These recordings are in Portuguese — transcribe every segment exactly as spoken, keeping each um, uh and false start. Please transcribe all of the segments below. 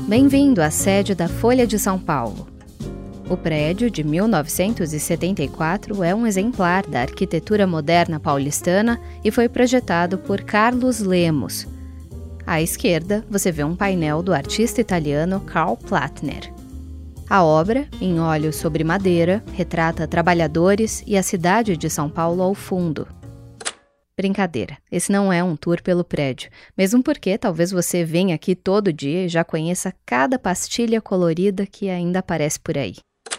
Bem-vindo à sede da Folha de São Paulo. O prédio, de mil novecentos e setenta e quatro, é um exemplar da arquitetura moderna paulistana e foi projetado por Carlos Lemos. À esquerda, você vê um painel do artista italiano Karl Plattner. A obra, em óleo sobre madeira, retrata trabalhadores e a cidade de São Paulo ao fundo. Brincadeira, esse não é um tour pelo prédio, mesmo porque talvez você venha aqui todo dia e já conheça cada pastilha colorida que ainda aparece por aí.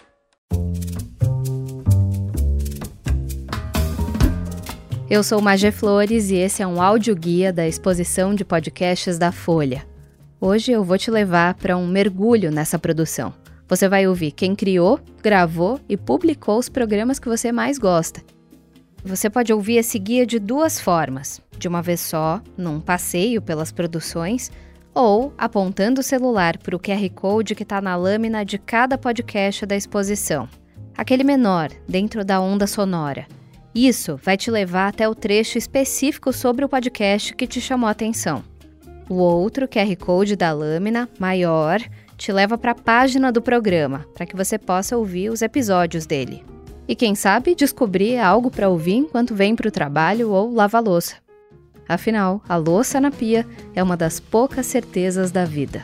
Eu sou Magé Flores e esse é um audioguia da exposição de podcasts da Folha. Hoje eu vou te levar para um mergulho nessa produção. Você vai ouvir quem criou, gravou e publicou os programas que você mais gosta. Você pode ouvir esse guia de duas formas, de uma vez só, num passeio pelas produções, ou apontando o celular para o Q R Code que está na lâmina de cada podcast da exposição. Aquele menor, dentro da onda sonora. Isso vai te levar até o trecho específico sobre o podcast que te chamou a atenção. O outro Q R Code da lâmina, maior, te leva para a página do programa, para que você possa ouvir os episódios dele. E quem sabe descobrir algo para ouvir enquanto vem para o trabalho ou lava a louça. Afinal, a louça na pia é uma das poucas certezas da vida.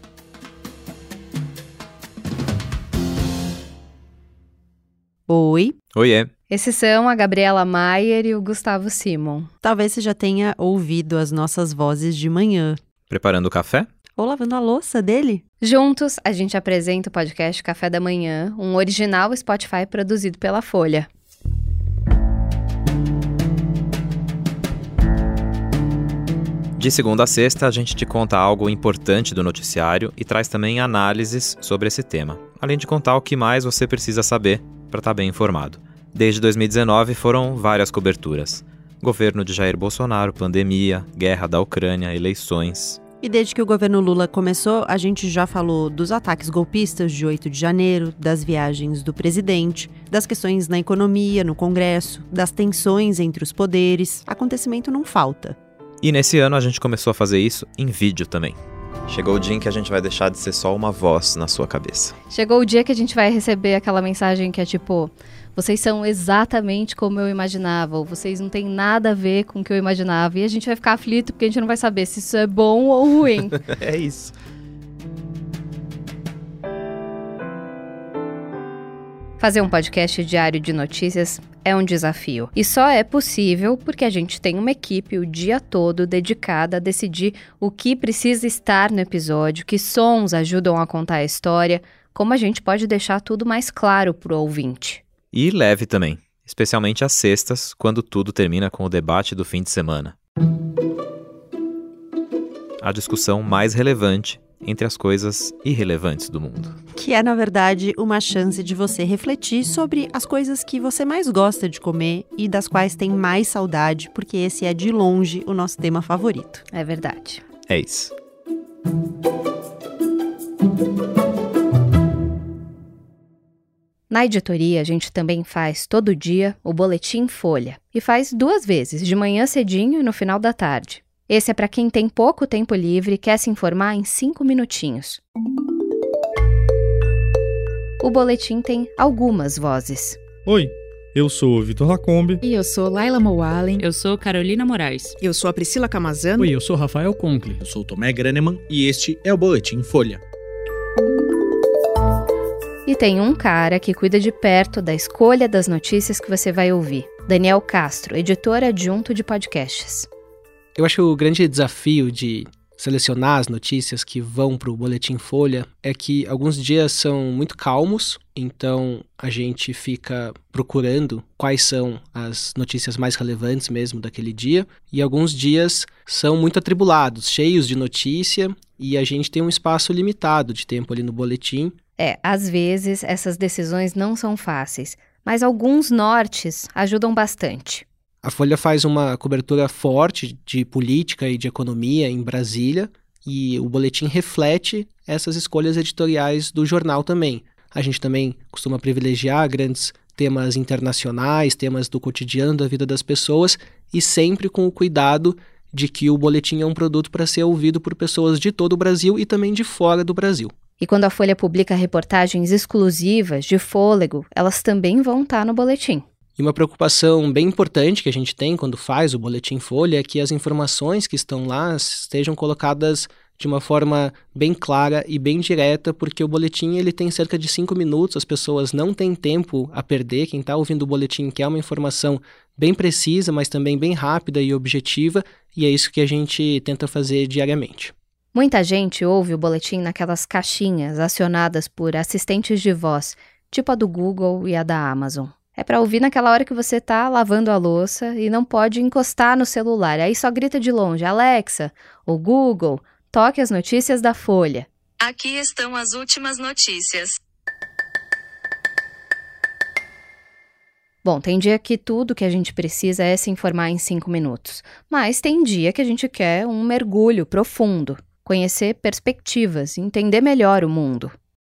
Oi. Oiê. Esses são a Gabriela Maier e o Gustavo Simon. Talvez você já tenha ouvido as nossas vozes de manhã. Preparando o café? Ou lavando a louça dele. Juntos, a gente apresenta o podcast Café da Manhã, um original Spotify produzido pela Folha. De segunda a sexta, a gente te conta algo importante do noticiário e traz também análises sobre esse tema, além de contar o que mais você precisa saber para estar bem informado. Desde dois mil e dezenove foram várias coberturas. Governo de Jair Bolsonaro, pandemia, guerra da Ucrânia, eleições. E desde que o governo Lula começou, a gente já falou dos ataques golpistas de oito de janeiro, das viagens do presidente, das questões na economia, no Congresso, das tensões entre os poderes. Acontecimento não falta. E nesse ano a gente começou a fazer isso em vídeo também. Chegou o dia em que a gente vai deixar de ser só uma voz na sua cabeça. Chegou o dia que a gente vai receber aquela mensagem que é tipo: vocês são exatamente como eu imaginava, ou vocês não têm nada a ver com o que eu imaginava. E a gente vai ficar aflito porque a gente não vai saber se isso é bom ou ruim. É isso. Fazer um podcast diário de notícias é um desafio. E só é possível porque a gente tem uma equipe o dia todo dedicada a decidir o que precisa estar no episódio, que sons ajudam a contar a história, como a gente pode deixar tudo mais claro para o ouvinte. E leve também, especialmente às sextas, quando tudo termina com o debate do fim de semana. A discussão mais relevante entre as coisas irrelevantes do mundo. Que é, na verdade, uma chance de você refletir sobre as coisas que você mais gosta de comer e das quais tem mais saudade, porque esse é, de longe, o nosso tema favorito. É verdade. É isso. Na editoria, a gente também faz todo dia o Boletim Folha. E faz duas vezes, de manhã cedinho e no final da tarde. Esse é para quem tem pouco tempo livre e quer se informar em cinco minutinhos. O boletim tem algumas vozes. Oi, eu sou o Vitor Lacombe. E eu sou Laila Moalen. Eu sou Carolina Moraes. Eu sou a Priscila Camazano. Oi, eu sou Rafael Conkle. Eu sou o Tomé Graneman e este é o Boletim Folha. E tem um cara que cuida de perto da escolha das notícias que você vai ouvir. Daniel Castro, editor adjunto de podcasts. Eu acho que o grande desafio de selecionar as notícias que vão para o Boletim Folha é que alguns dias são muito calmos, então a gente fica procurando quais são as notícias mais relevantes mesmo daquele dia, e alguns dias são muito atribulados, cheios de notícia, e a gente tem um espaço limitado de tempo ali no boletim. É, às vezes essas decisões não são fáceis, mas alguns nortes ajudam bastante. A Folha faz uma cobertura forte de política e de economia em Brasília e o boletim reflete essas escolhas editoriais do jornal também. A gente também costuma privilegiar grandes temas internacionais, temas do cotidiano da vida das pessoas e sempre com o cuidado de que o boletim é um produto para ser ouvido por pessoas de todo o Brasil e também de fora do Brasil. E quando a Folha publica reportagens exclusivas de fôlego, elas também vão estar no boletim. E uma preocupação bem importante que a gente tem quando faz o Boletim Folha é que as informações que estão lá estejam colocadas de uma forma bem clara e bem direta, porque o boletim ele tem cerca de cinco minutos, as pessoas não têm tempo a perder. Quem está ouvindo o boletim quer uma informação bem precisa, mas também bem rápida e objetiva, e é isso que a gente tenta fazer diariamente. Muita gente ouve o boletim naquelas caixinhas acionadas por assistentes de voz, tipo a do Google e a da Amazon. É para ouvir naquela hora que você tá lavando a louça e não pode encostar no celular. Aí só grita de longe, Alexa, ou Google, toque as notícias da Folha. Aqui estão as últimas notícias. Bom, tem dia que tudo que a gente precisa é se informar em cinco minutos. Mas tem dia que a gente quer um mergulho profundo, conhecer perspectivas, entender melhor o mundo.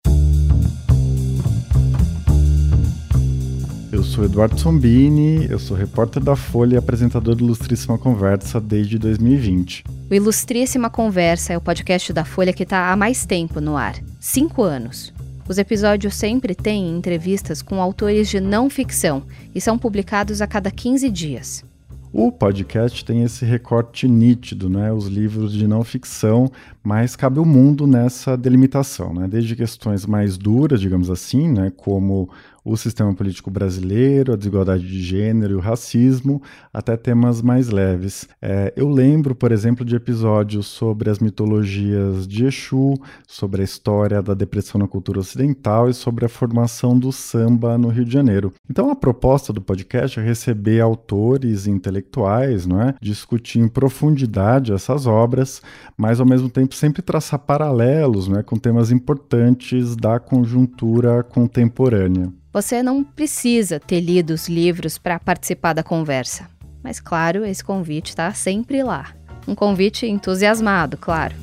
Eu sou Eduardo Sombini, eu sou repórter da Folha e apresentador do Ilustríssima Conversa desde dois mil e vinte. O Ilustríssima Conversa é o podcast da Folha que está há mais tempo no ar, cinco anos. Os episódios sempre têm entrevistas com autores de não ficção e são publicados a cada quinze dias. O podcast tem esse recorte nítido, né? Os livros de não ficção, mas cabe o mundo nessa delimitação, né? Desde questões mais duras, digamos assim, né? Como o sistema político brasileiro, a desigualdade de gênero e o racismo, até temas mais leves. É, eu lembro, por exemplo, de episódios sobre as mitologias de Exu, sobre a história da depressão na cultura ocidental e sobre a formação do samba no Rio de Janeiro. Então, a proposta do podcast é receber autores intelectuais, não é? Discutir em profundidade essas obras, mas, ao mesmo tempo, sempre traçar paralelos, não é? Com temas importantes da conjuntura contemporânea. Você não precisa ter lido os livros para participar da conversa. Mas, claro, esse convite está sempre lá. Um convite entusiasmado, claro.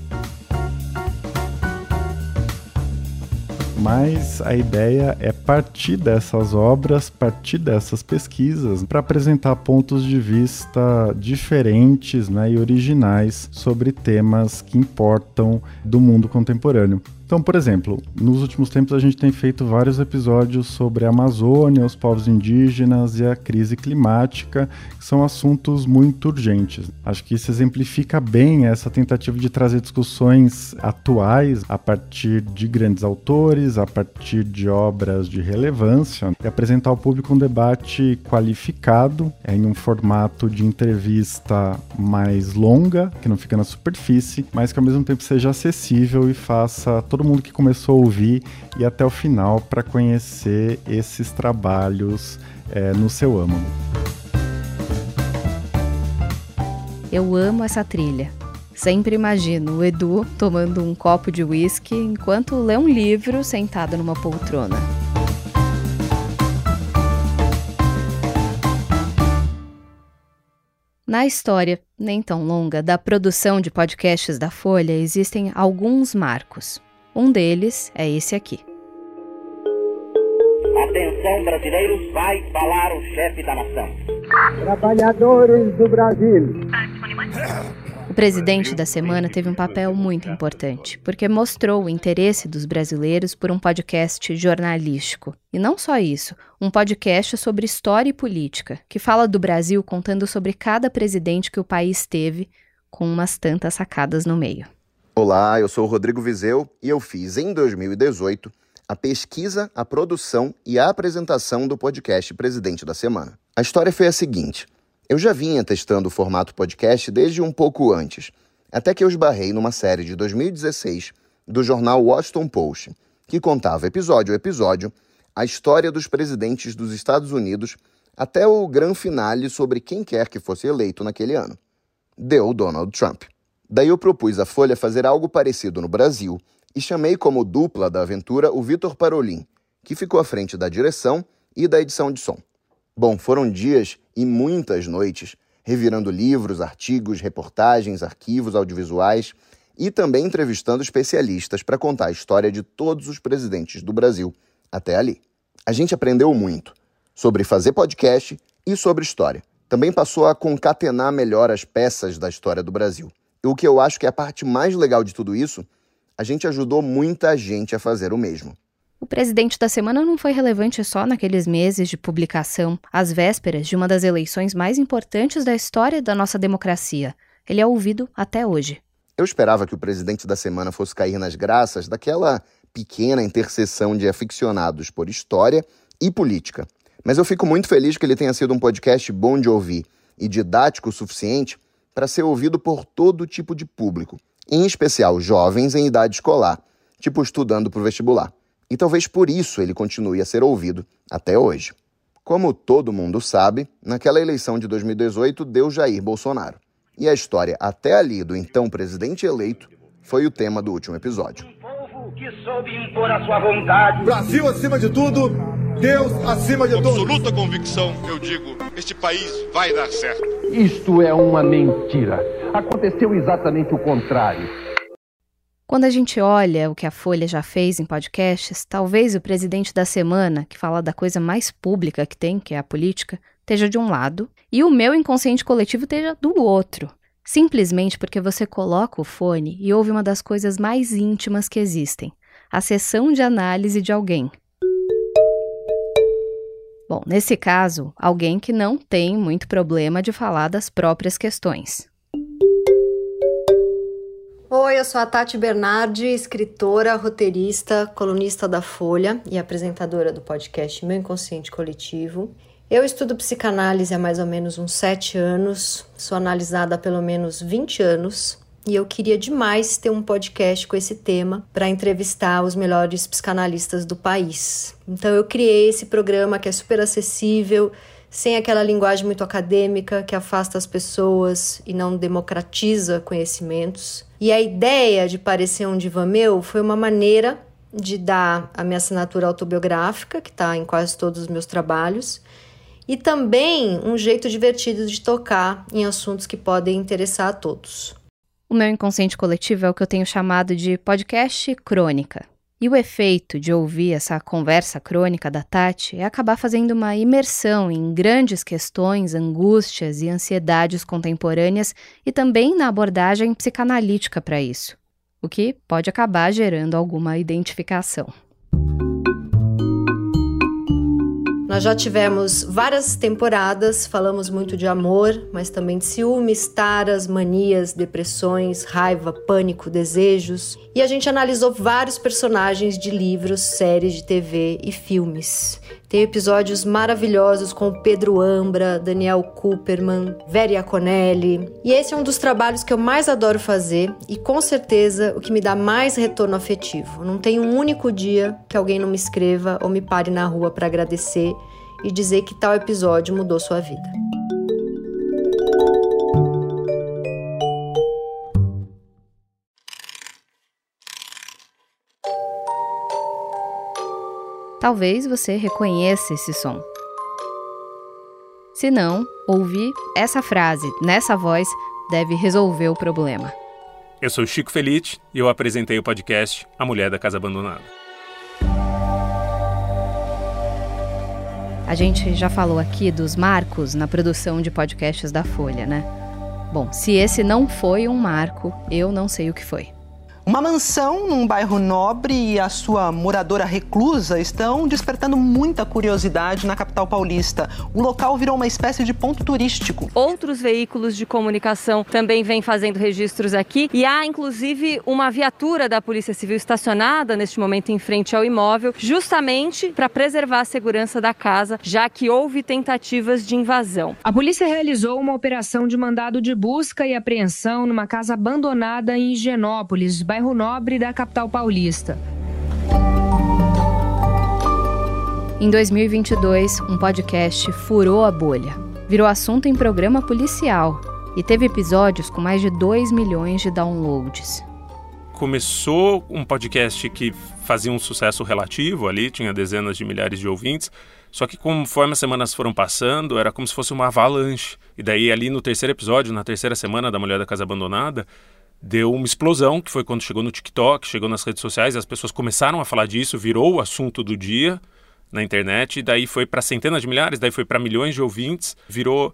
Mas a ideia é partir dessas obras, partir dessas pesquisas, para apresentar pontos de vista diferentes, né, e originais sobre temas que importam do mundo contemporâneo. Então, por exemplo, nos últimos tempos a gente tem feito vários episódios sobre a Amazônia, os povos indígenas e a crise climática, que são assuntos muito urgentes. Acho que isso exemplifica bem essa tentativa de trazer discussões atuais a partir de grandes autores, a partir de obras de relevância, e apresentar ao público um debate qualificado, em um formato de entrevista mais longa, que não fica na superfície, mas que ao mesmo tempo seja acessível e faça todo mundo que começou a ouvir e até o final para conhecer esses trabalhos é, no seu âmago. Eu amo essa trilha. Sempre imagino o Edu tomando um copo de uísque enquanto lê um livro sentado numa poltrona. Na história, nem tão longa, da produção de podcasts da Folha, existem alguns marcos. Um deles é esse aqui. Atenção, brasileiros, vai falar o chefe da nação. Trabalhadores do Brasil. O presidente da semana teve um papel muito importante, porque mostrou o interesse dos brasileiros por um podcast jornalístico. E não só isso, um podcast sobre história e política, que fala do Brasil contando sobre cada presidente que o país teve, com umas tantas sacadas no meio. Olá, eu sou o Rodrigo Vizeu e eu fiz em dois mil e dezoito a pesquisa, a produção e a apresentação do podcast Presidente da Semana. A história foi a seguinte: eu já vinha testando o formato podcast desde um pouco antes, até que eu esbarrei numa série de dois mil e dezesseis do jornal Washington Post, que contava episódio a episódio a história dos presidentes dos Estados Unidos até o grande finale sobre quem quer que fosse eleito naquele ano. Deu Donald Trump. Daí eu propus à Folha fazer algo parecido no Brasil e chamei como dupla da aventura o Vitor Parolin, que ficou à frente da direção e da edição de som. Bom, foram dias e muitas noites revirando livros, artigos, reportagens, arquivos audiovisuais e também entrevistando especialistas para contar a história de todos os presidentes do Brasil até ali. A gente aprendeu muito sobre fazer podcast e sobre história. também passou a concatenar melhor as peças da história do Brasil. E o que eu acho que é a parte mais legal de tudo isso, a gente ajudou muita gente a fazer o mesmo. O presidente da semana não foi relevante só naqueles meses de publicação, às vésperas de uma das eleições mais importantes da história da nossa democracia. Ele é ouvido até hoje. Eu esperava que o presidente da semana fosse cair nas graças daquela pequena interseção de aficionados por história e política. Mas eu fico muito feliz que ele tenha sido um podcast bom de ouvir e didático o suficiente para ser ouvido por todo tipo de público, em especial jovens em idade escolar, tipo estudando para o vestibular. E talvez por isso ele continue a ser ouvido até hoje. Como todo mundo sabe, naquela eleição de dois mil e dezoito deu Jair Bolsonaro. E a história até ali do então presidente eleito foi o tema do último episódio. Que soube impor a sua vontade. Brasil acima de tudo, Deus acima de tudo. Com absoluta convicção, eu digo, este país vai dar certo. Isto é uma mentira. Aconteceu exatamente o contrário. Quando a gente olha o que a Folha já fez em podcasts, talvez o presidente da semana, que fala da coisa mais pública que tem, que é a política, esteja de um lado, e o meu inconsciente coletivo esteja do outro. Simplesmente porque você coloca o fone e ouve uma das coisas mais íntimas que existem, a sessão de análise de alguém. Bom, nesse caso, alguém que não tem muito problema de falar das próprias questões. Oi, eu sou a Tati Bernardi, escritora, roteirista, colunista da Folha e apresentadora do podcast Meu Inconsciente Coletivo. Eu estudo psicanálise há mais ou menos uns sete anos, sou analisada há pelo menos vinte anos e eu queria demais ter um podcast com esse tema para entrevistar os melhores psicanalistas do país. Então eu criei esse programa que é super acessível, sem aquela linguagem muito acadêmica que afasta as pessoas e não democratiza conhecimentos. E a ideia de parecer um divã meu foi uma maneira de dar a minha assinatura autobiográfica, que está em quase todos os meus trabalhos, e também um jeito divertido de tocar em assuntos que podem interessar a todos. O meu inconsciente coletivo é o que eu tenho chamado de podcast crônica. E o efeito de ouvir essa conversa crônica da Tati é acabar fazendo uma imersão em grandes questões, angústias e ansiedades contemporâneas e também na abordagem psicanalítica para isso, o que pode acabar gerando alguma identificação. Nós já tivemos várias temporadas, falamos muito de amor, mas também de ciúmes, taras, manias, depressões, raiva, pânico, desejos. E a gente analisou vários personagens de livros, séries de T V e filmes. Tem episódios maravilhosos com o Pedro Ambra, Daniel Kuperman, Vera Iaconelli. E esse é um dos trabalhos que eu mais adoro fazer e com certeza o que me dá mais retorno afetivo. Não tem um único dia que alguém não me escreva ou me pare na rua para agradecer e dizer que tal episódio mudou sua vida. Talvez você reconheça esse som. Se não, ouvir essa frase nessa voz deve resolver o problema. Eu sou Chico Felitti e eu apresentei o podcast A Mulher da Casa Abandonada. A gente já falou aqui dos marcos na produção de podcasts da Folha, né? Bom, se esse não foi um marco, eu não sei o que foi. Uma mansão num bairro nobre e a sua moradora reclusa estão despertando muita curiosidade na capital paulista. O local virou uma espécie de ponto turístico. Outros veículos de comunicação também vêm fazendo registros aqui e há inclusive uma viatura da Polícia Civil estacionada neste momento em frente ao imóvel, justamente para preservar a segurança da casa, já que houve tentativas de invasão. A polícia realizou uma operação de mandado de busca e apreensão numa casa abandonada em Higienópolis, bairro nobre da capital paulista. Em dois mil e vinte e dois, um podcast furou a bolha. Virou assunto em programa policial e teve episódios com mais de dois milhões de downloads. Começou um podcast que fazia um sucesso relativo ali, tinha dezenas de milhares de ouvintes, só que conforme as semanas foram passando, era como se fosse uma avalanche. E daí ali no terceiro episódio, na terceira semana da Mulher da Casa Abandonada, deu uma explosão, que foi quando chegou no TikTok, chegou nas redes sociais, e as pessoas começaram a falar disso, virou o assunto do dia na internet, e daí foi para centenas de milhares, daí foi para milhões de ouvintes, virou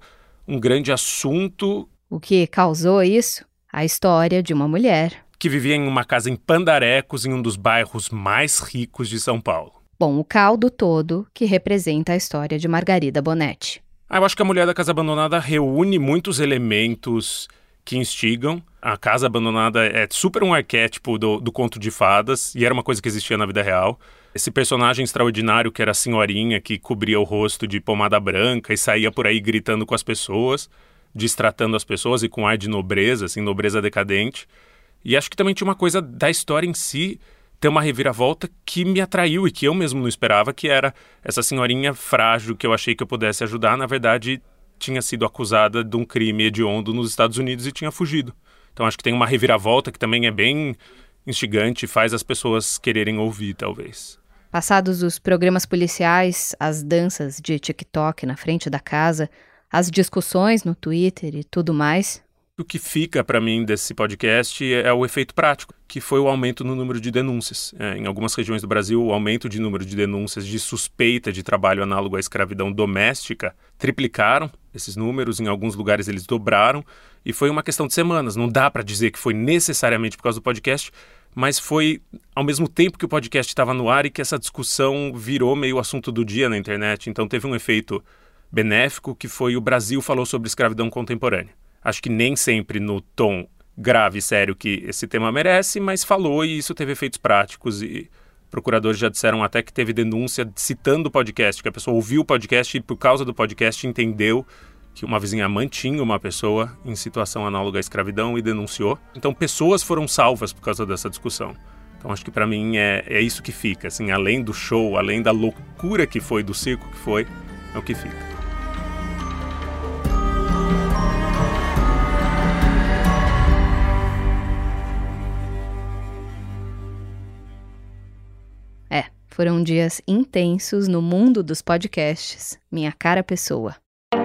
um grande assunto. O que causou isso? A história de uma mulher que vivia em uma casa em Pandarecos, em um dos bairros mais ricos de São Paulo. Bom, o caldo todo que representa a história de Margarida Bonetti. Ah, eu acho que A Mulher da Casa Abandonada reúne muitos elementos que instigam. A Casa Abandonada é super um arquétipo do, do conto de fadas, e era uma coisa que existia na vida real. Esse personagem extraordinário que era a senhorinha que cobria o rosto de pomada branca e saía por aí gritando com as pessoas, destratando as pessoas e com ar de nobreza, assim, nobreza decadente. E acho que também tinha uma coisa da história em si, ter uma reviravolta que me atraiu e que eu mesmo não esperava, que era essa senhorinha frágil que eu achei que eu pudesse ajudar, na verdade tinha sido acusada de um crime hediondo nos Estados Unidos e tinha fugido. Então acho que tem uma reviravolta que também é bem instigante e faz as pessoas quererem ouvir, talvez. Passados os programas policiais, as danças de TikTok na frente da casa, as discussões no Twitter e tudo mais... O que fica para mim desse podcast é o efeito prático, que foi o aumento no número de denúncias. É, em algumas regiões do Brasil, o aumento de número de denúncias de suspeita de trabalho análogo à escravidão doméstica triplicaram esses números, em alguns lugares eles dobraram, e foi uma questão de semanas. Não dá para dizer que foi necessariamente por causa do podcast, mas foi ao mesmo tempo que o podcast estava no ar e que essa discussão virou meio assunto do dia na internet. Então teve um efeito benéfico, que foi o Brasil falou sobre escravidão contemporânea. Acho que nem sempre no tom grave e sério que esse tema merece, mas falou e isso teve efeitos práticos e procuradores já disseram até que teve denúncia citando o podcast, que a pessoa ouviu o podcast e por causa do podcast entendeu que uma vizinha mantinha uma pessoa em situação análoga à escravidão e denunciou. Então pessoas foram salvas por causa dessa discussão. Então acho que para mim é, é isso que fica, assim, além do show, além da loucura que foi, do circo que foi, é o que fica. É, foram dias intensos no mundo dos podcasts. Minha cara pessoa.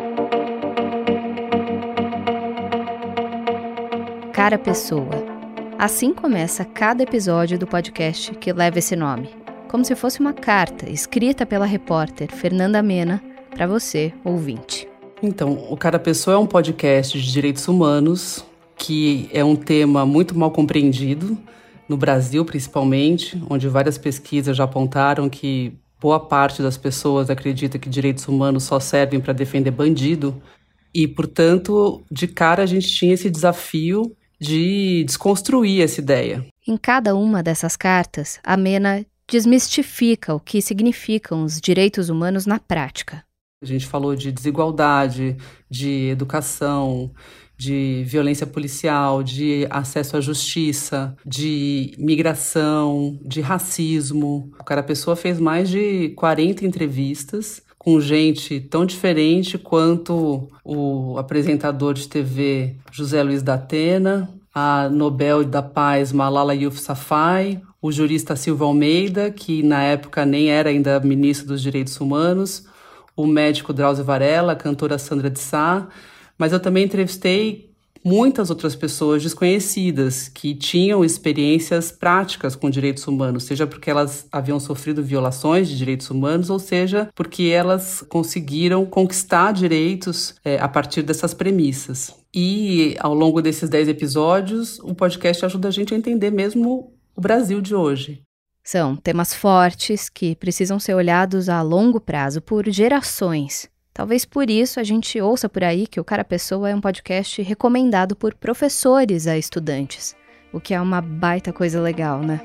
Cara pessoa. Assim começa cada episódio do podcast que leva esse nome. Como se fosse uma carta escrita pela repórter Fernanda Mena para você, ouvinte. Então, o Cara Pessoa é um podcast de direitos humanos que é um tema muito mal compreendido, no Brasil, principalmente, onde várias pesquisas já apontaram que boa parte das pessoas acredita que direitos humanos só servem para defender bandido. E, portanto, de cara a gente tinha esse desafio de desconstruir essa ideia. Em cada uma dessas cartas, a Mena desmistifica o que significam os direitos humanos na prática. A gente falou de desigualdade, de educação, de violência policial, de acesso à justiça, de migração, de racismo. O Cara Pessoa fez mais de quarenta entrevistas com gente tão diferente quanto o apresentador de T V José Luiz da Atena, a Nobel da Paz Malala Yousafzai, o jurista Silvio Almeida, que na época nem era ainda ministro dos Direitos Humanos, o médico Drauzio Varela, a cantora Sandra de Sá. Mas eu também entrevistei muitas outras pessoas desconhecidas que tinham experiências práticas com direitos humanos, seja porque elas haviam sofrido violações de direitos humanos, ou seja porque elas conseguiram conquistar direitos é, a partir dessas premissas. E ao longo desses dez episódios, o podcast ajuda a gente a entender mesmo o Brasil de hoje. São temas fortes que precisam ser olhados a longo prazo por gerações. Talvez por isso a gente ouça por aí que o Cara Pessoa é um podcast recomendado por professores a estudantes, o que é uma baita coisa legal, né?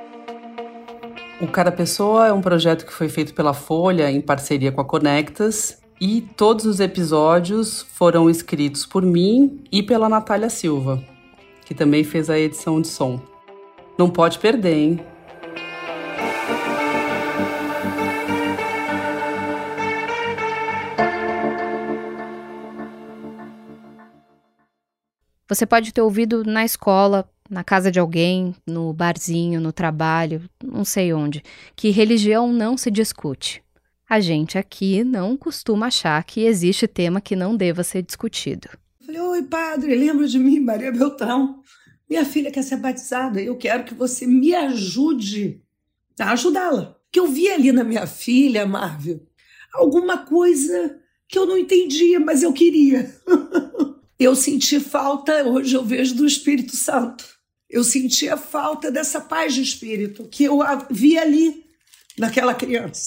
O Cara Pessoa é um projeto que foi feito pela Folha em parceria com a Conectas e todos os episódios foram escritos por mim e pela Natália Silva, que também fez a edição de som. Não pode perder, hein? Você pode ter ouvido na escola, na casa de alguém, no barzinho, no trabalho, não sei onde, que religião não se discute. A gente aqui não costuma achar que existe tema que não deva ser discutido. Falei, oi padre, lembra de mim, Maria Beltrão? Minha filha quer ser batizada, eu quero que você me ajude a ajudá-la. Que eu vi ali na minha filha, Marvel, alguma coisa que eu não entendia, mas eu queria. Eu senti falta, hoje eu vejo, do Espírito Santo. Eu sentia falta dessa paz de espírito que eu vi ali naquela criança.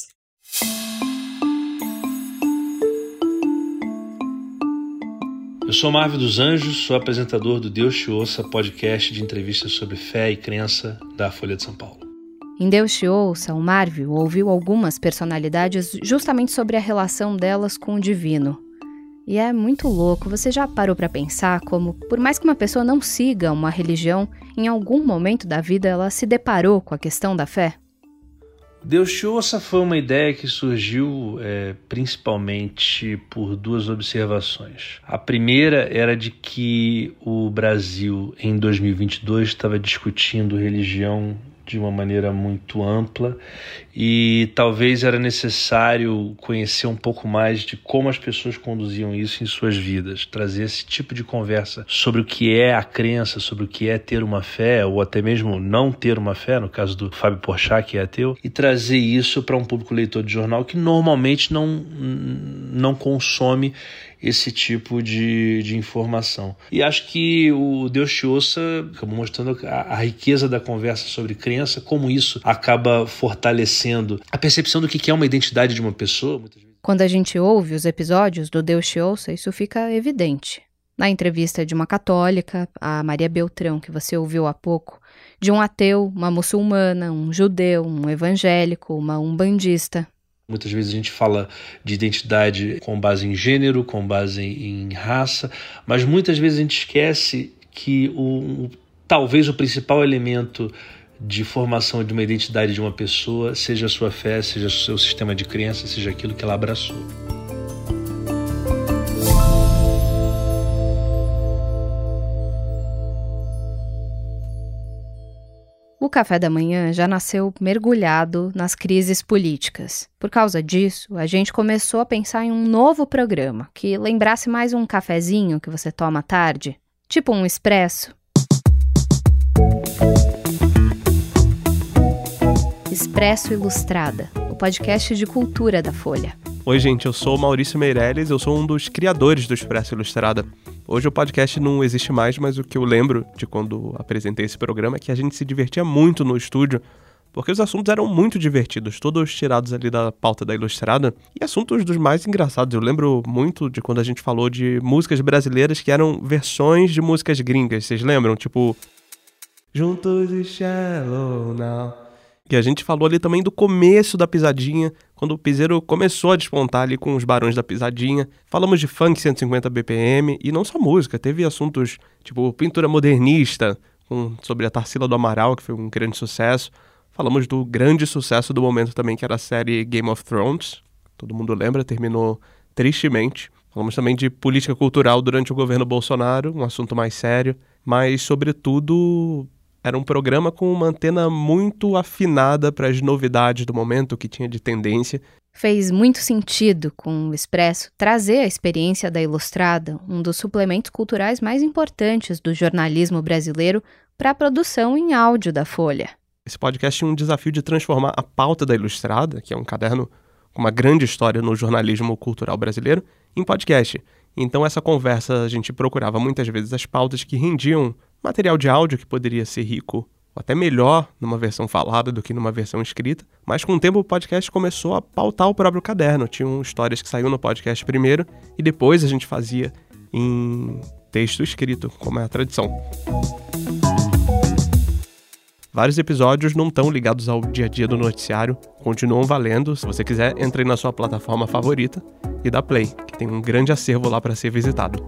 Eu sou Marvio dos Anjos, sou apresentador do Deus Te Ouça, podcast de entrevistas sobre fé e crença da Folha de São Paulo. Em Deus Te Ouça, o Marvio ouviu algumas personalidades justamente sobre a relação delas com o divino. E é muito louco, você já parou para pensar como, por mais que uma pessoa não siga uma religião, em algum momento da vida ela se deparou com a questão da fé? Deus Te Ouça foi uma ideia que surgiu é, principalmente por duas observações. A primeira era de que o Brasil, em dois mil e vinte e dois, estava discutindo religião de uma maneira muito ampla e talvez era necessário conhecer um pouco mais de como as pessoas conduziam isso em suas vidas, trazer esse tipo de conversa sobre o que é a crença, sobre o que é ter uma fé ou até mesmo não ter uma fé, no caso do Fábio Porchat, que é ateu, e trazer isso para um público leitor de jornal que normalmente não, não consome esse tipo de, de informação. E acho que o Deus Te Ouça acabou mostrando a, a riqueza da conversa sobre crença, como isso acaba fortalecendo a percepção do que é uma identidade de uma pessoa. Quando a gente ouve os episódios do Deus Te Ouça, isso fica evidente. Na entrevista de uma católica, a Maria Beltrão, que você ouviu há pouco, de um ateu, uma muçulmana, um judeu, um evangélico, uma umbandista. Muitas vezes a gente fala de identidade com base em gênero, com base em raça, mas muitas vezes a gente esquece que o, talvez o principal elemento de formação de uma identidade de uma pessoa seja a sua fé, seja o seu sistema de crença, seja aquilo que ela abraçou. O Café da Manhã já nasceu mergulhado nas crises políticas. Por causa disso, a gente começou a pensar em um novo programa que lembrasse mais um cafezinho que você toma à tarde, tipo um expresso. Expresso Ilustrada, o podcast de cultura da Folha. Oi, gente, eu sou o Maurício Meirelles, eu sou um dos criadores do Expresso Ilustrada. Hoje o podcast não existe mais, mas o que eu lembro de quando apresentei esse programa é que a gente se divertia muito no estúdio, porque os assuntos eram muito divertidos, todos tirados ali da pauta da Ilustrada, e assuntos dos mais engraçados. Eu lembro muito de quando a gente falou de músicas brasileiras que eram versões de músicas gringas, vocês lembram? Tipo, Juntos e Shallow Now. E a gente falou ali também do começo da pisadinha, quando o piseiro começou a despontar ali com os Barões da Pisadinha. Falamos de funk cento e cinquenta B P M, e não só música, teve assuntos tipo pintura modernista, com, sobre a Tarsila do Amaral, que foi um grande sucesso. Falamos do grande sucesso do momento também, que era a série Game of Thrones. Todo mundo lembra, terminou tristemente. Falamos também de política cultural durante o governo Bolsonaro, um assunto mais sério, mas sobretudo era um programa com uma antena muito afinada para as novidades do momento, que tinha de tendência. Fez muito sentido, com o Expresso, trazer a experiência da Ilustrada, um dos suplementos culturais mais importantes do jornalismo brasileiro, para a produção em áudio da Folha. Esse podcast tinha um desafio de transformar a pauta da Ilustrada, que é um caderno com uma grande história no jornalismo cultural brasileiro, em podcast. Então essa conversa a gente procurava muitas vezes as pautas que rendiam material de áudio que poderia ser rico, ou até melhor numa versão falada do que numa versão escrita, mas com o tempo o podcast começou a pautar o próprio caderno. Tinham histórias que saíam no podcast primeiro e depois a gente fazia em texto escrito, como é a tradição. Vários episódios não estão ligados ao dia a dia do noticiário, continuam valendo. Se você quiser, entre na sua plataforma favorita e dá play, que tem um grande acervo lá para ser visitado.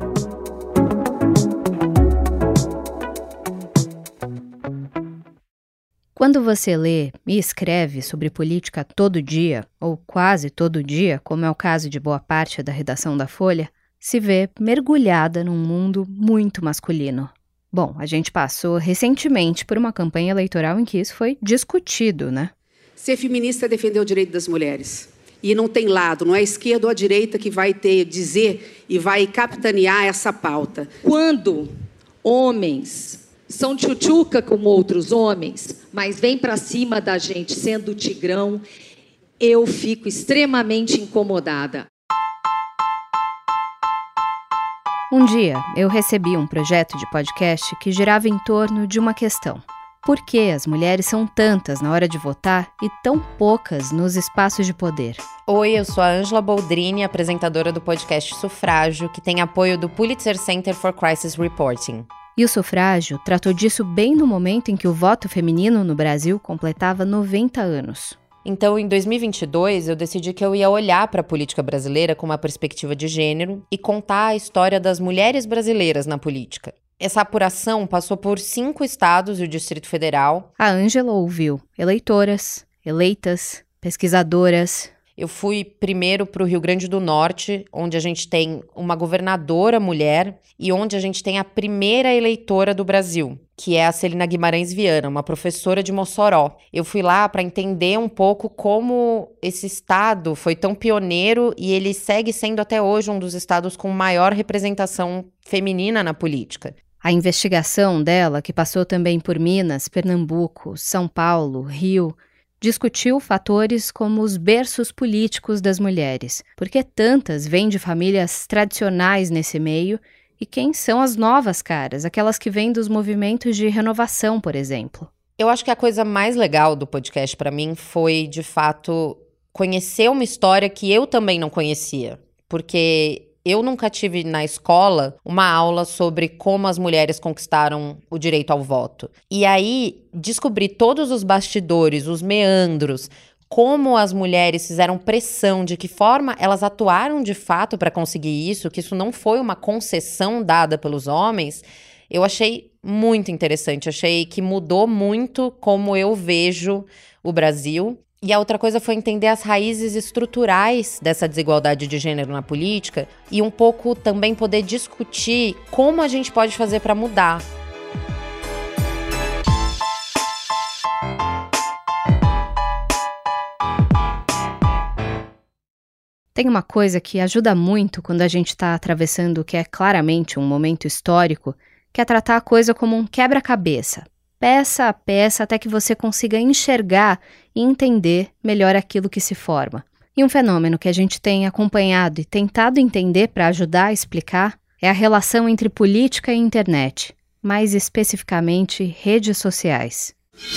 Quando você lê e escreve sobre política todo dia, ou quase todo dia, como é o caso de boa parte da redação da Folha, se vê mergulhada num mundo muito masculino. Bom, a gente passou recentemente por uma campanha eleitoral em que isso foi discutido, né? Ser feminista é defender o direito das mulheres. E não tem lado, não é a esquerda ou a direita que vai ter, dizer e vai capitanear essa pauta. Quando homens são tchutchuca como outros homens, mas vêm para cima da gente sendo tigrão, eu fico extremamente incomodada. Um dia, eu recebi um projeto de podcast que girava em torno de uma questão. Por que as mulheres são tantas na hora de votar e tão poucas nos espaços de poder? Oi, eu sou a Ângela Boldrini, apresentadora do podcast Sufrágio, que tem apoio do Pulitzer Center for Crisis Reporting. E o Sufrágio tratou disso bem no momento em que o voto feminino no Brasil completava noventa anos. Então, em dois mil e vinte e dois, eu decidi que eu ia olhar para a política brasileira com uma perspectiva de gênero e contar a história das mulheres brasileiras na política. Essa apuração passou por cinco estados e o Distrito Federal. A Ângela ouviu eleitoras, eleitas, pesquisadoras. Eu fui primeiro para o Rio Grande do Norte, onde a gente tem uma governadora mulher e onde a gente tem a primeira eleitora do Brasil, que é a Celina Guimarães Viana, uma professora de Mossoró. Eu fui lá para entender um pouco como esse estado foi tão pioneiro e ele segue sendo até hoje um dos estados com maior representação feminina na política. A investigação dela, que passou também por Minas, Pernambuco, São Paulo, Rio, discutiu fatores como os berços políticos das mulheres, porque tantas vêm de famílias tradicionais nesse meio, e quem são as novas caras, aquelas que vêm dos movimentos de renovação, por exemplo. Eu acho que a coisa mais legal do podcast para mim foi, de fato, conhecer uma história que eu também não conhecia, porque eu nunca tive na escola uma aula sobre como as mulheres conquistaram o direito ao voto. E aí, descobrir todos os bastidores, os meandros, como as mulheres fizeram pressão, de que forma elas atuaram de fato para conseguir isso, que isso não foi uma concessão dada pelos homens, eu achei muito interessante. Achei que mudou muito como eu vejo o Brasil. E a outra coisa foi entender as raízes estruturais dessa desigualdade de gênero na política e um pouco também poder discutir como a gente pode fazer para mudar. Tem uma coisa que ajuda muito quando a gente está atravessando o que é claramente um momento histórico, que é tratar a coisa como um quebra-cabeça. Peça a peça até que você consiga enxergar e entender melhor aquilo que se forma. E um fenômeno que a gente tem acompanhado e tentado entender para ajudar a explicar é a relação entre política e internet, mais especificamente redes sociais.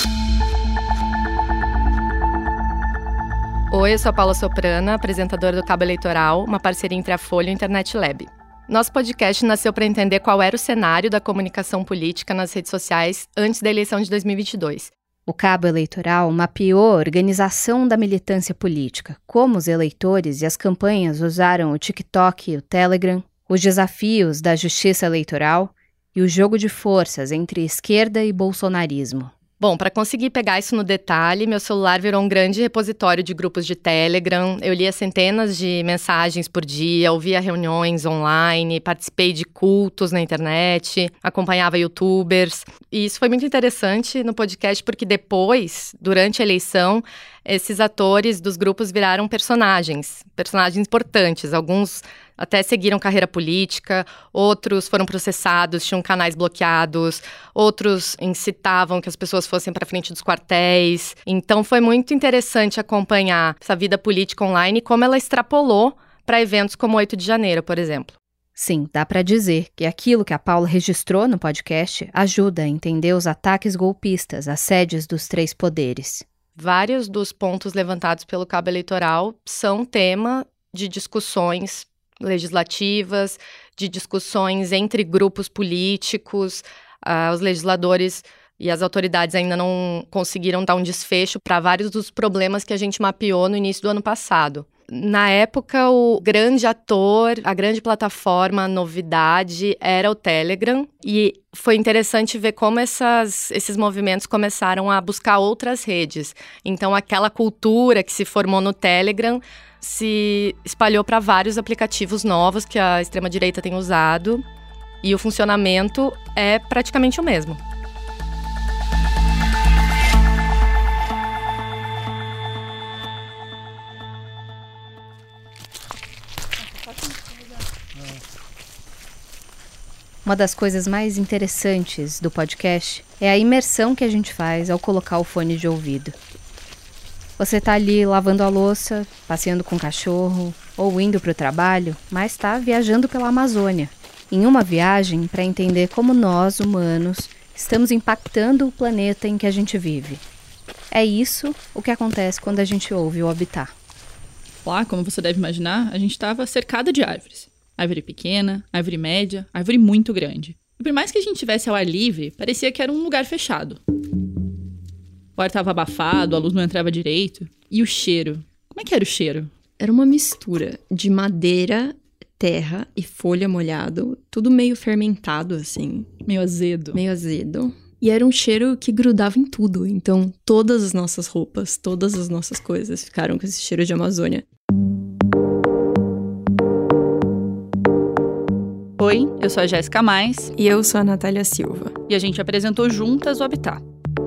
Oi, eu sou a Paula Soprana, apresentadora do Cabo Eleitoral, uma parceria entre a Folha e o Internet Lab. Nosso podcast nasceu para entender qual era o cenário da comunicação política nas redes sociais antes da eleição de dois mil e vinte e dois. O Cabo Eleitoral mapeou a organização da militância política, como os eleitores e as campanhas usaram o TikTok e o Telegram, os desafios da justiça eleitoral e o jogo de forças entre esquerda e bolsonarismo. Bom, para conseguir pegar isso no detalhe, meu celular virou um grande repositório de grupos de Telegram. Eu lia centenas de mensagens por dia, ouvia reuniões online, participei de cultos na internet, acompanhava youtubers. E isso foi muito interessante no podcast porque depois, durante a eleição, esses atores dos grupos viraram personagens, personagens importantes. Alguns até seguiram carreira política, outros foram processados, tinham canais bloqueados, outros incitavam que as pessoas fossem para frente dos quartéis. Então foi muito interessante acompanhar essa vida política online e como ela extrapolou para eventos como oito de janeiro, por exemplo. Sim, dá para dizer que aquilo que a Paula registrou no podcast ajuda a entender os ataques golpistas às sedes dos três poderes. Vários dos pontos levantados pelo Cabo Eleitoral são tema de discussões legislativas, de discussões entre grupos políticos. Uh, os legisladores e as autoridades ainda não conseguiram dar um desfecho para vários dos problemas que a gente mapeou no início do ano passado. Na época, o grande ator, a grande plataforma, a novidade era o Telegram. E foi interessante ver como essas, esses movimentos começaram a buscar outras redes. Então, aquela cultura que se formou no Telegram se espalhou para vários aplicativos novos que a extrema-direita tem usado. E o funcionamento é praticamente o mesmo. Uma das coisas mais interessantes do podcast é a imersão que a gente faz ao colocar o fone de ouvido. Você tá ali lavando a louça, passeando com o cachorro ou indo para o trabalho, mas tá viajando pela Amazônia. em uma viagem para entender como nós, humanos, estamos impactando o planeta em que a gente vive. É isso o que acontece quando a gente ouve o Habitat. Lá, como você deve imaginar, a gente estava cercada de árvores. Árvore pequena, árvore média, árvore muito grande. E por mais que a gente estivesse ao ar livre, parecia que era um lugar fechado. O ar estava abafado, a luz não entrava direito. E o cheiro? Como é que era o cheiro? Era uma mistura de madeira, terra e folha molhado, tudo meio fermentado, assim. Meio azedo. Meio azedo. E era um cheiro que grudava em tudo. Então, todas as nossas roupas, todas as nossas coisas ficaram com esse cheiro de Amazônia. Oi, eu sou a Jéssica Mais. E eu sou a Natália Silva. E a gente apresentou juntas o Habitat.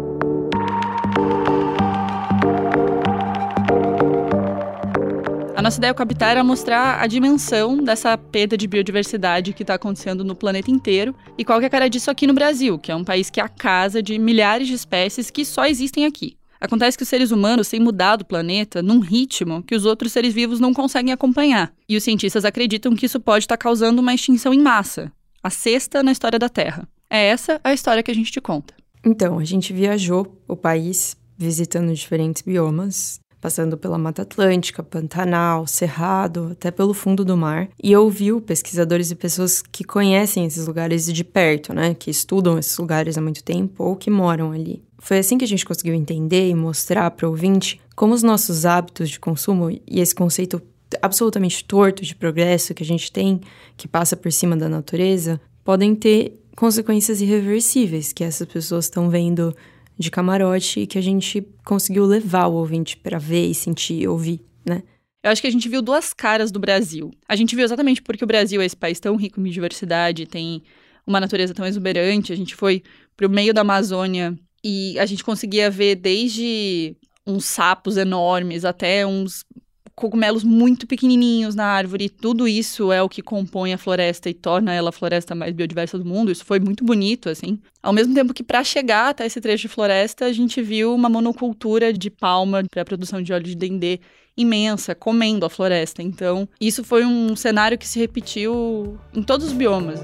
A nossa ideia com o Habitat era mostrar a dimensão dessa perda de biodiversidade que está acontecendo no planeta inteiro e qual que é a cara disso aqui no Brasil, que é um país que é a casa de milhares de espécies que só existem aqui. Acontece que os seres humanos têm mudado o planeta num ritmo que os outros seres vivos não conseguem acompanhar. E os cientistas acreditam que isso pode estar causando uma extinção em massa, a sexta na história da Terra. É essa a história que a gente te conta. Então, a gente viajou o país visitando diferentes biomas, passando pela Mata Atlântica, Pantanal, Cerrado, até pelo fundo do mar, e ouviu pesquisadores e pessoas que conhecem esses lugares de perto, né, que estudam esses lugares há muito tempo ou que moram ali. Foi assim que a gente conseguiu entender e mostrar para o ouvinte como os nossos hábitos de consumo e esse conceito absolutamente torto de progresso que a gente tem, que passa por cima da natureza, podem ter consequências irreversíveis que essas pessoas estão vendo de camarote e que a gente conseguiu levar o ouvinte para ver e sentir e ouvir, né? Eu acho que a gente viu duas caras do Brasil. A gente viu exatamente porque o Brasil é esse país tão rico em biodiversidade, tem uma natureza tão exuberante. A gente foi pro meio da Amazônia e a gente conseguia ver desde uns sapos enormes até uns cogumelos muito pequenininhos na árvore. Tudo isso é o que compõe a floresta e torna ela a floresta mais biodiversa do mundo. Isso foi muito bonito, assim. Ao mesmo tempo que, para chegar até esse trecho de floresta, a gente viu uma monocultura de palma para a produção de óleo de dendê imensa, comendo a floresta. Então, isso foi um cenário que se repetiu em todos os biomas.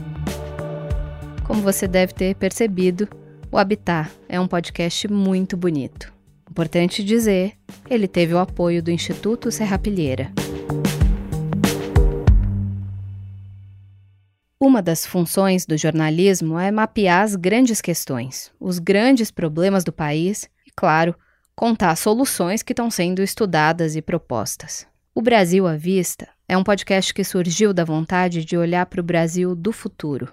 Como você deve ter percebido, o Habitat é um podcast muito bonito. Importante dizer, ele teve o apoio do Instituto Serrapilheira. Uma das funções do jornalismo é mapear as grandes questões, os grandes problemas do país e, claro, contar soluções que estão sendo estudadas e propostas. O Brasil à Vista é um podcast que surgiu da vontade de olhar para o Brasil do futuro.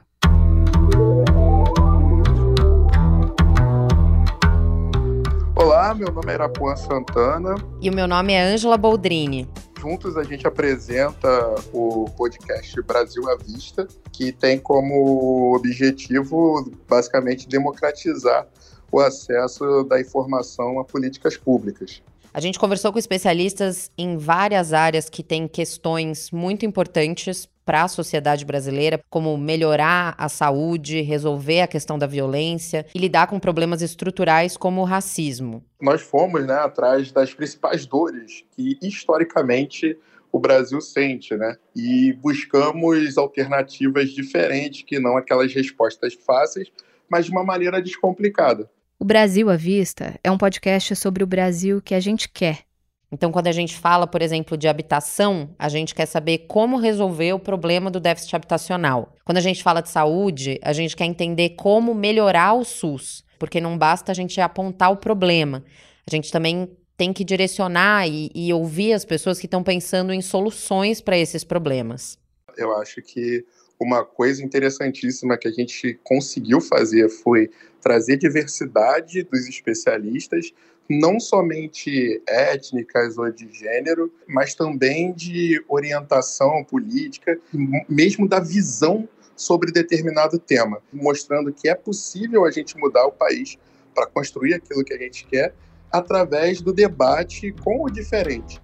Olá, meu nome é Irapuã Santana. E o meu nome é Ângela Boldrini. Juntos a gente apresenta o podcast Brasil à Vista, que tem como objetivo, basicamente, democratizar o acesso da informação a políticas públicas. A gente conversou com especialistas em várias áreas que têm questões muito importantes para a sociedade brasileira, como melhorar a saúde, resolver a questão da violência e lidar com problemas estruturais como o racismo. Nós fomos, né, atrás das principais dores que, historicamente, o Brasil sente, né? E buscamos alternativas diferentes, que não aquelas respostas fáceis, mas de uma maneira descomplicada. O Brasil à Vista é um podcast sobre o Brasil que a gente quer. Então, quando a gente fala, por exemplo, de habitação, a gente quer saber como resolver o problema do déficit habitacional. Quando a gente fala de saúde, a gente quer entender como melhorar o SUS, porque não basta a gente apontar o problema. A gente também tem que direcionar e, e ouvir as pessoas que estão pensando em soluções para esses problemas. Eu acho que uma coisa interessantíssima que a gente conseguiu fazer foi trazer diversidade dos especialistas, não somente étnicas ou de gênero, mas também de orientação política, mesmo da visão sobre determinado tema, mostrando que é possível a gente mudar o país para construir aquilo que a gente quer através do debate com o diferente.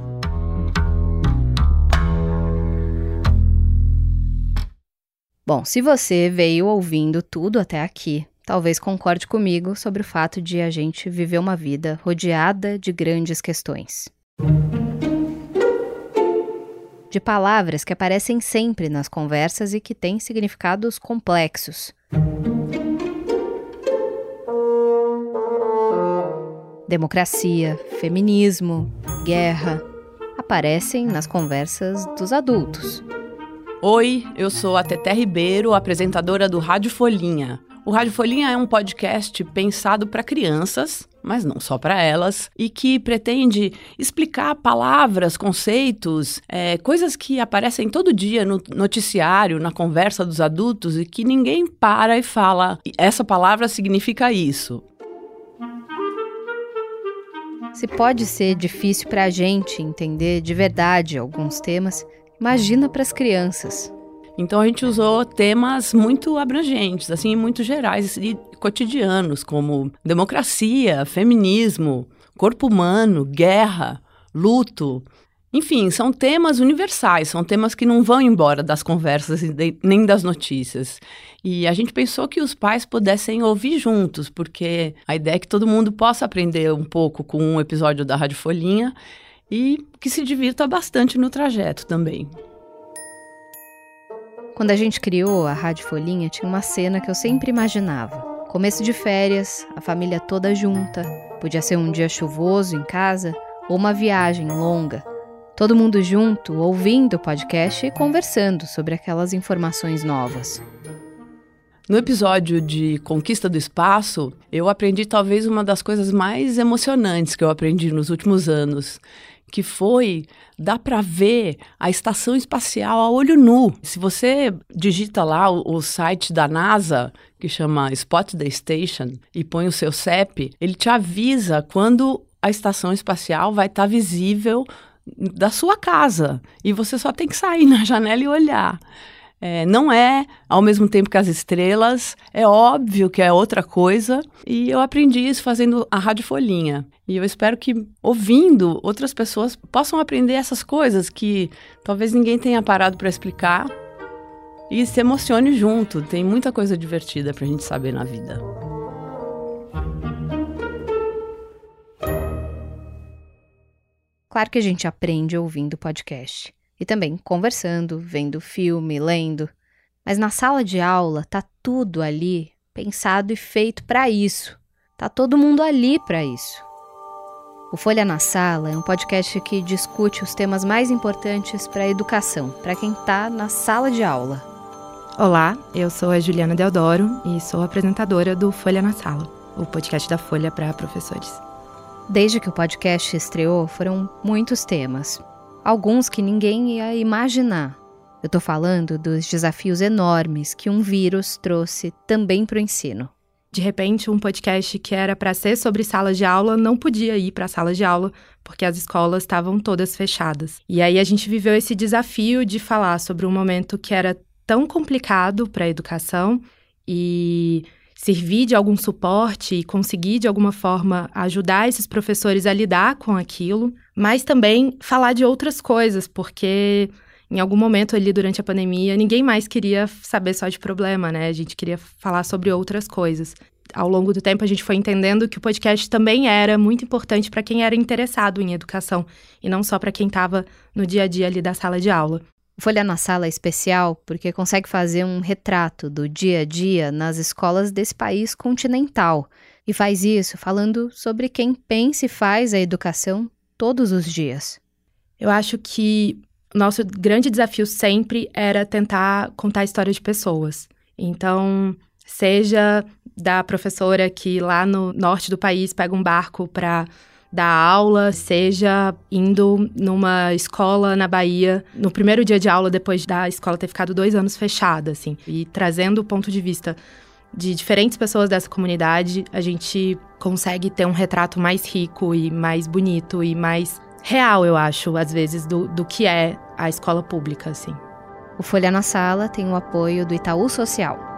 Bom, se você veio ouvindo tudo até aqui, talvez concorde comigo sobre o fato de a gente viver uma vida rodeada de grandes questões. de palavras que aparecem sempre nas conversas e que têm significados complexos. Democracia, feminismo, guerra, aparecem nas conversas dos adultos. Oi, eu sou a Teté Ribeiro, apresentadora do Rádio Folhinha. O Rádio Folhinha é um podcast pensado para crianças, mas não só para elas, e que pretende explicar palavras, conceitos, é, coisas que aparecem todo dia no noticiário, na conversa dos adultos, e que ninguém para e fala, essa palavra significa isso. Se pode ser difícil para a gente entender de verdade alguns temas, imagina para as crianças. Então a gente usou temas muito abrangentes, assim, muito gerais e cotidianos, como democracia, feminismo, corpo humano, guerra, luto. Enfim, são temas universais, são temas que não vão embora das conversas nem das notícias. E a gente pensou que os pais pudessem ouvir juntos, porque a ideia é que todo mundo possa aprender um pouco com um episódio da Rádio Folhinha e que se divirta bastante no trajeto também. Quando a gente criou a Rádio Folhinha, tinha uma cena que eu sempre imaginava. Começo de férias, a família toda junta. Podia ser um dia chuvoso em casa ou uma viagem longa. Todo mundo junto, ouvindo o podcast e conversando sobre aquelas informações novas. No episódio de Conquista do Espaço, eu aprendi talvez uma das coisas mais emocionantes que eu aprendi nos últimos anos, que foi, dá para ver a estação espacial a olho nu. Se você digita lá o, o site da NASA, que chama Spot the Station, e põe o seu C E P, ele te avisa quando a estação espacial vai estar visível da sua casa. E você só tem que sair na janela e olhar. É, não é ao mesmo tempo que as estrelas, é óbvio que é outra coisa, e eu aprendi isso fazendo a Rádio Folhinha. E eu espero que, ouvindo, outras pessoas possam aprender essas coisas que talvez ninguém tenha parado para explicar e se emocione junto. Tem muita coisa divertida para a gente saber na vida. Claro que a gente aprende ouvindo podcast. E também conversando, vendo filme, lendo. Mas na sala de aula tá tudo ali pensado e feito para isso. Tá todo mundo ali para isso. O Folha na Sala é um podcast que discute os temas mais importantes para a educação, para quem tá na sala de aula. Olá, eu sou a Juliana Deodoro e sou apresentadora do Folha na Sala, o podcast da Folha para professores. Desde que o podcast estreou, foram muitos temas. Alguns que ninguém ia imaginar. Eu tô falando dos desafios enormes que um vírus trouxe também para o ensino. De repente, um podcast que era para ser sobre salas de aula não podia ir para a sala de aula porque as escolas estavam todas fechadas. E aí a gente viveu esse desafio de falar sobre um momento que era tão complicado para a educação e servir de algum suporte e conseguir, de alguma forma, ajudar esses professores a lidar com aquilo, mas também falar de outras coisas, porque em algum momento ali durante a pandemia, ninguém mais queria saber só de problema, né? A gente queria falar sobre outras coisas. Ao longo do tempo, a gente foi entendendo que o podcast também era muito importante para quem era interessado em educação, e não só para quem estava no dia a dia ali da sala de aula. O Folha na Sala é especial porque consegue fazer um retrato do dia a dia nas escolas desse país continental. E faz isso falando sobre quem pensa e faz a educação todos os dias. Eu acho que o nosso grande desafio sempre era tentar contar a história de pessoas. Então, seja da professora que lá no norte do país pega um barco para dar aula, seja indo numa escola na Bahia, no primeiro dia de aula, depois da escola ter ficado dois anos fechada, assim, e trazendo o ponto de vista de diferentes pessoas dessa comunidade, a gente consegue ter um retrato mais rico e mais bonito e mais real, eu acho, às vezes, do, do que é a escola pública, assim. O Folha na Sala tem o apoio do Itaú Social.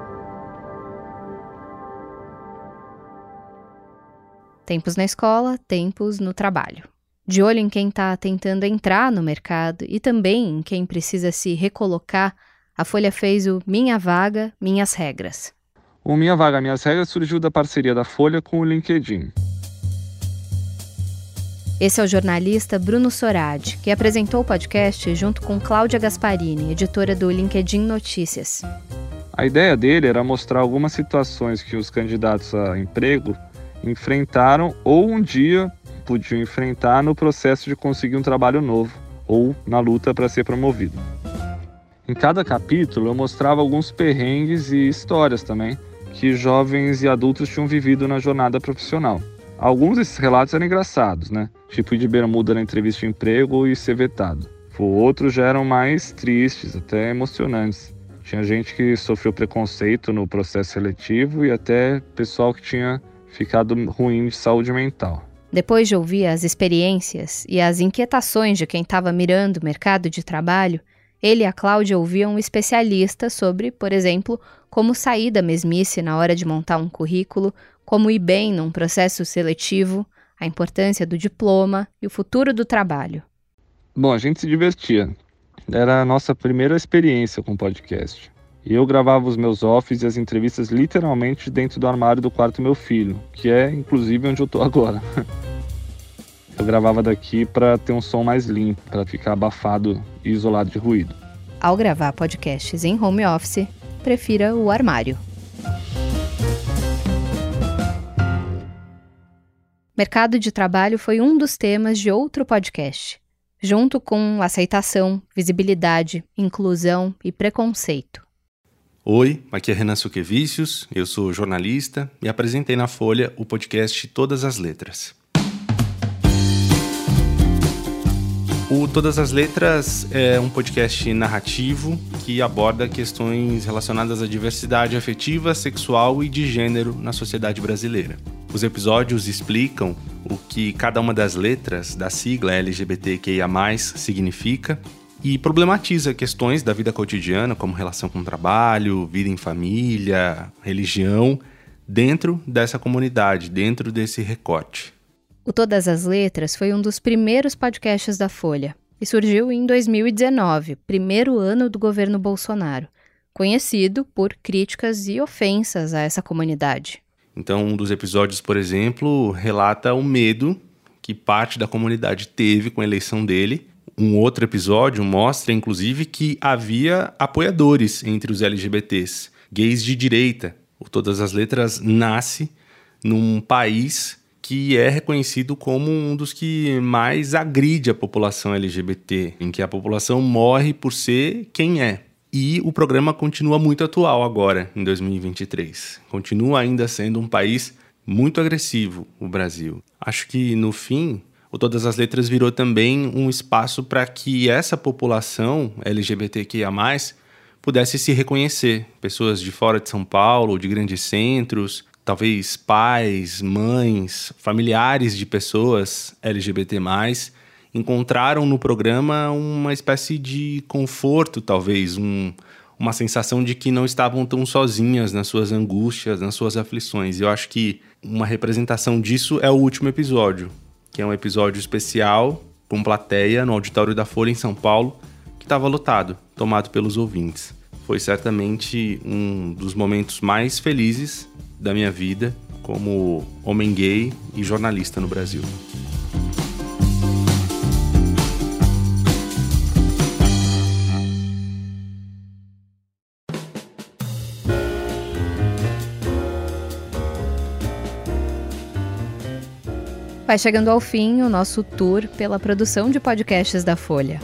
Tempos na escola, tempos no trabalho. De olho em quem está tentando entrar no mercado e também em quem precisa se recolocar, a Folha fez o Minha Vaga, Minhas Regras. O Minha Vaga, Minhas Regras surgiu da parceria da Folha com o LinkedIn. Esse é o jornalista Bruno Soradi, que apresentou o podcast junto com Cláudia Gasparini, editora do LinkedIn Notícias. A ideia dele era mostrar algumas situações que os candidatos a emprego enfrentaram ou um dia podiam enfrentar no processo de conseguir um trabalho novo ou na luta para ser promovido. Em cada capítulo eu mostrava alguns perrengues e histórias também que jovens e adultos tinham vivido na jornada profissional. Alguns desses relatos eram engraçados, né? Tipo ir de bermuda na entrevista de emprego e ser vetado. Outros já eram mais tristes, até emocionantes. Tinha gente que sofreu preconceito no processo seletivo e até pessoal que tinha ficado ruim de saúde mental. Depois de ouvir as experiências e as inquietações de quem estava mirando o mercado de trabalho, ele e a Cláudia ouviam um especialista sobre, por exemplo, como sair da mesmice na hora de montar um currículo, como ir bem num processo seletivo, a importância do diploma e o futuro do trabalho. Bom, a gente se divertia. Era a nossa primeira experiência com o podcast. E eu gravava os meus offs e as entrevistas literalmente dentro do armário do quarto do meu filho, que é, inclusive, onde eu tô agora. Eu gravava daqui para ter um som mais limpo, para ficar abafado e isolado de ruído. Ao gravar podcasts em home office, prefira o armário. Mercado de trabalho foi um dos temas de outro podcast, junto com aceitação, visibilidade, inclusão e preconceito. Oi, aqui é Renan Suquevicius, eu sou jornalista e apresentei na Folha o podcast Todas as Letras. O Todas as Letras é um podcast narrativo que aborda questões relacionadas à diversidade afetiva, sexual e de gênero na sociedade brasileira. Os episódios explicam o que cada uma das letras da sigla L G B T Q I A mais, significa e problematiza questões da vida cotidiana, como relação com o trabalho, vida em família, religião, dentro dessa comunidade, dentro desse recorte. O Todas as Letras foi um dos primeiros podcasts da Folha e surgiu em dois mil e dezenove, primeiro ano do governo Bolsonaro, conhecido por críticas e ofensas a essa comunidade. Então, um dos episódios, por exemplo, relata o medo que parte da comunidade teve com a eleição dele. Um outro episódio mostra, inclusive, que havia apoiadores entre os L G B Ts, gays de direita. O Todas as Letras nasce num país que é reconhecido como um dos que mais agride a população L G B T, em que a população morre por ser quem é. E o programa continua muito atual agora, em dois mil e vinte e três. Continua ainda sendo um país muito agressivo, o Brasil. Acho que, no fim, o Todas as Letras virou também um espaço para que essa população L G B T Q I A mais, pudesse se reconhecer. Pessoas de fora de São Paulo, de grandes centros, talvez pais, mães, familiares de pessoas L G B T mais, encontraram no programa uma espécie de conforto, talvez, um, uma sensação de que não estavam tão sozinhas nas suas angústias, nas suas aflições. E eu acho que uma representação disso é o último episódio, que é um episódio especial, com plateia, no auditório da Folha em São Paulo, que estava lotado, tomado pelos ouvintes. Foi certamente um dos momentos mais felizes da minha vida como homem gay e jornalista no Brasil. Vai chegando ao fim o nosso tour pela produção de podcasts da Folha.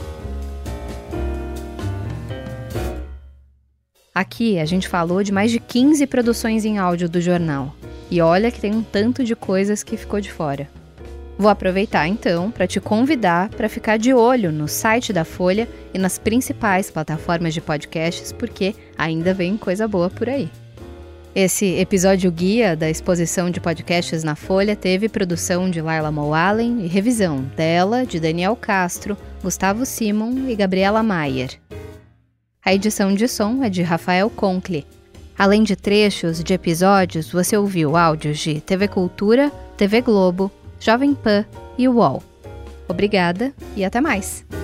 Aqui a gente falou de mais de quinze produções em áudio do jornal. E olha que tem um tanto de coisas que ficou de fora. Vou aproveitar então para te convidar para ficar de olho no site da Folha e nas principais plataformas de podcasts, porque ainda vem coisa boa por aí. Esse episódio guia da exposição de podcasts na Folha teve produção de Laila Moalen e revisão dela, de Daniel Castro, Gustavo Simon e Gabriela Maier. A edição de som é de Rafael Conkle. Além de trechos de episódios, você ouviu áudios de T V Cultura, T V Globo, Jovem Pan e U O L. Obrigada e até mais!